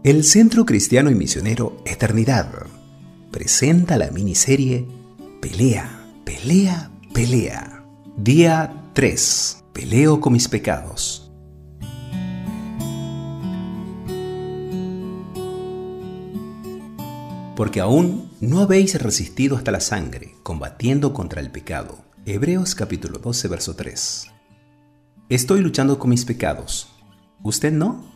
El Centro Cristiano y Misionero Eternidad presenta la miniserie Pelea, pelea, pelea. Día 3. Peleo con mis pecados. Porque aún no habéis resistido hasta la sangre, combatiendo contra el pecado. Hebreos capítulo 12, verso 3. Estoy luchando con mis pecados. ¿Usted no?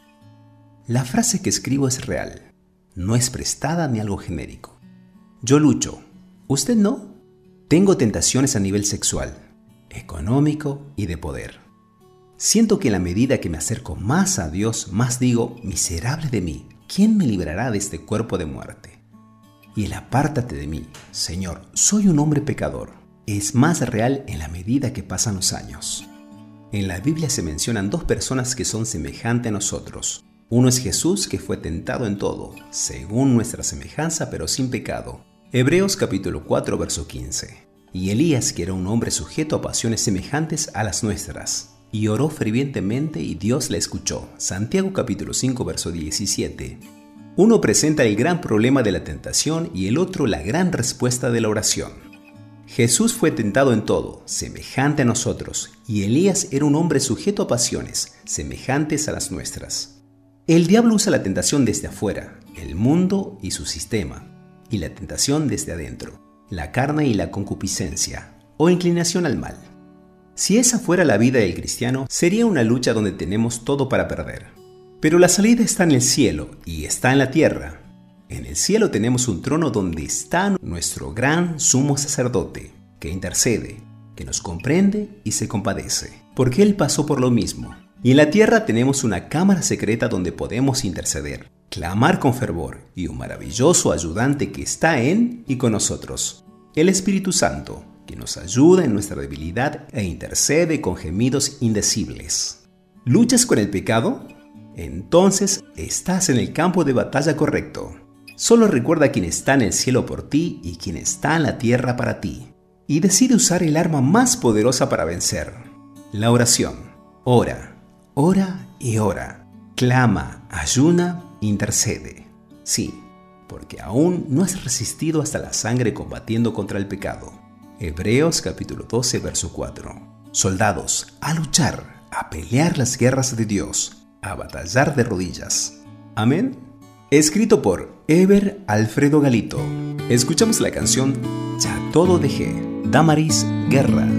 La frase que escribo es real. No es prestada ni algo genérico. Yo lucho. ¿Usted no? Tengo tentaciones a nivel sexual, económico y de poder. Siento que en la medida que me acerco más a Dios, más digo, miserable de mí, ¿quién me librará de este cuerpo de muerte? Y el apártate de mí, Señor, soy un hombre pecador. Es más real en la medida que pasan los años. En la Biblia se mencionan dos personas que son semejantes a nosotros. Uno es Jesús, que fue tentado en todo, según nuestra semejanza, pero sin pecado. Hebreos capítulo 4, verso 15. Y Elías, que era un hombre sujeto a pasiones semejantes a las nuestras, y oró fervientemente y Dios le escuchó. Santiago capítulo 5, verso 17. Uno presenta el gran problema de la tentación y el otro la gran respuesta de la oración. Jesús fue tentado en todo, semejante a nosotros, y Elías era un hombre sujeto a pasiones, semejantes a las nuestras. El diablo usa la tentación desde afuera, el mundo y su sistema, y la tentación desde adentro, la carne y la concupiscencia, o inclinación al mal. Si esa fuera la vida del cristiano, sería una lucha donde tenemos todo para perder. Pero la salida está en el cielo y está en la tierra. En el cielo tenemos un trono donde está nuestro gran sumo sacerdote, que intercede, que nos comprende y se compadece, porque Él pasó por lo mismo. Y en la tierra tenemos una cámara secreta donde podemos interceder, clamar con fervor y un maravilloso ayudante que está en y con nosotros, el Espíritu Santo, que nos ayuda en nuestra debilidad e intercede con gemidos indecibles. ¿Luchas con el pecado? Entonces estás en el campo de batalla correcto. Solo recuerda quién está en el cielo por ti y quién está en la tierra para ti. Y decide usar el arma más poderosa para vencer, la oración. Ora. Ora y ora, clama, ayuna, intercede. Sí, porque aún no has resistido hasta la sangre combatiendo contra el pecado. Hebreos capítulo 12, verso 4. Soldados, a luchar, a pelear las guerras de Dios, a batallar de rodillas. Amén. Escrito por Eber Alfredo Galito. Escuchamos la canción Ya todo dejé, Damaris Guerra.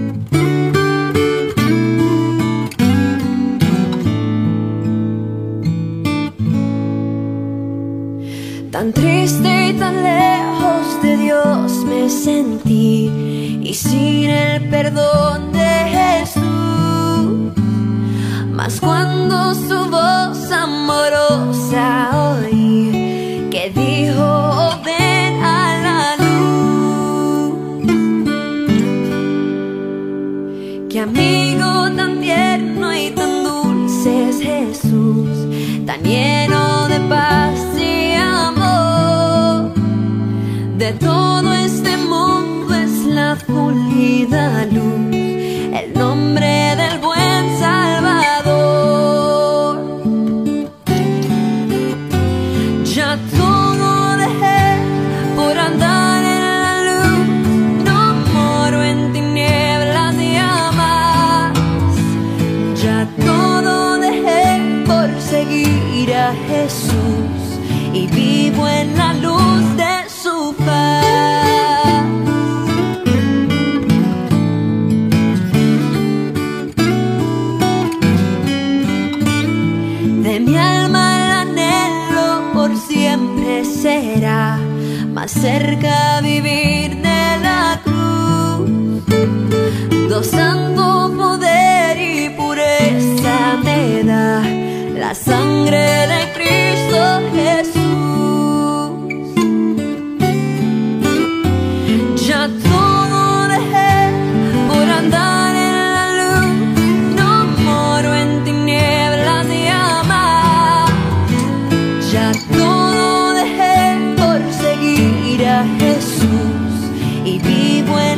Tan triste y tan lejos de Dios me sentí, y sin el perdón de Jesús. Mas cuando su voz amorosa oí, que dijo, oh, ven a la luz. Qué amigo tan tierno y tan dulce es Jesús, tan lleno de paz y amor. De todo este mundo es la pulida luz, el nombre del buen Salvador. Ya todo dejé por andar en la luz, no moro en tinieblas jamás. Ya todo dejé por seguir a Jesús y vivo en la luz de su paz. De mi alma el anhelo por siempre será más cerca vivir de la cruz. Santo poder y pureza me da la sangre de Cristo Jesús. Ya todo dejé por andar en la luz, no moro en tinieblas jamás. Ya todo dejé por seguir a Jesús y vivo en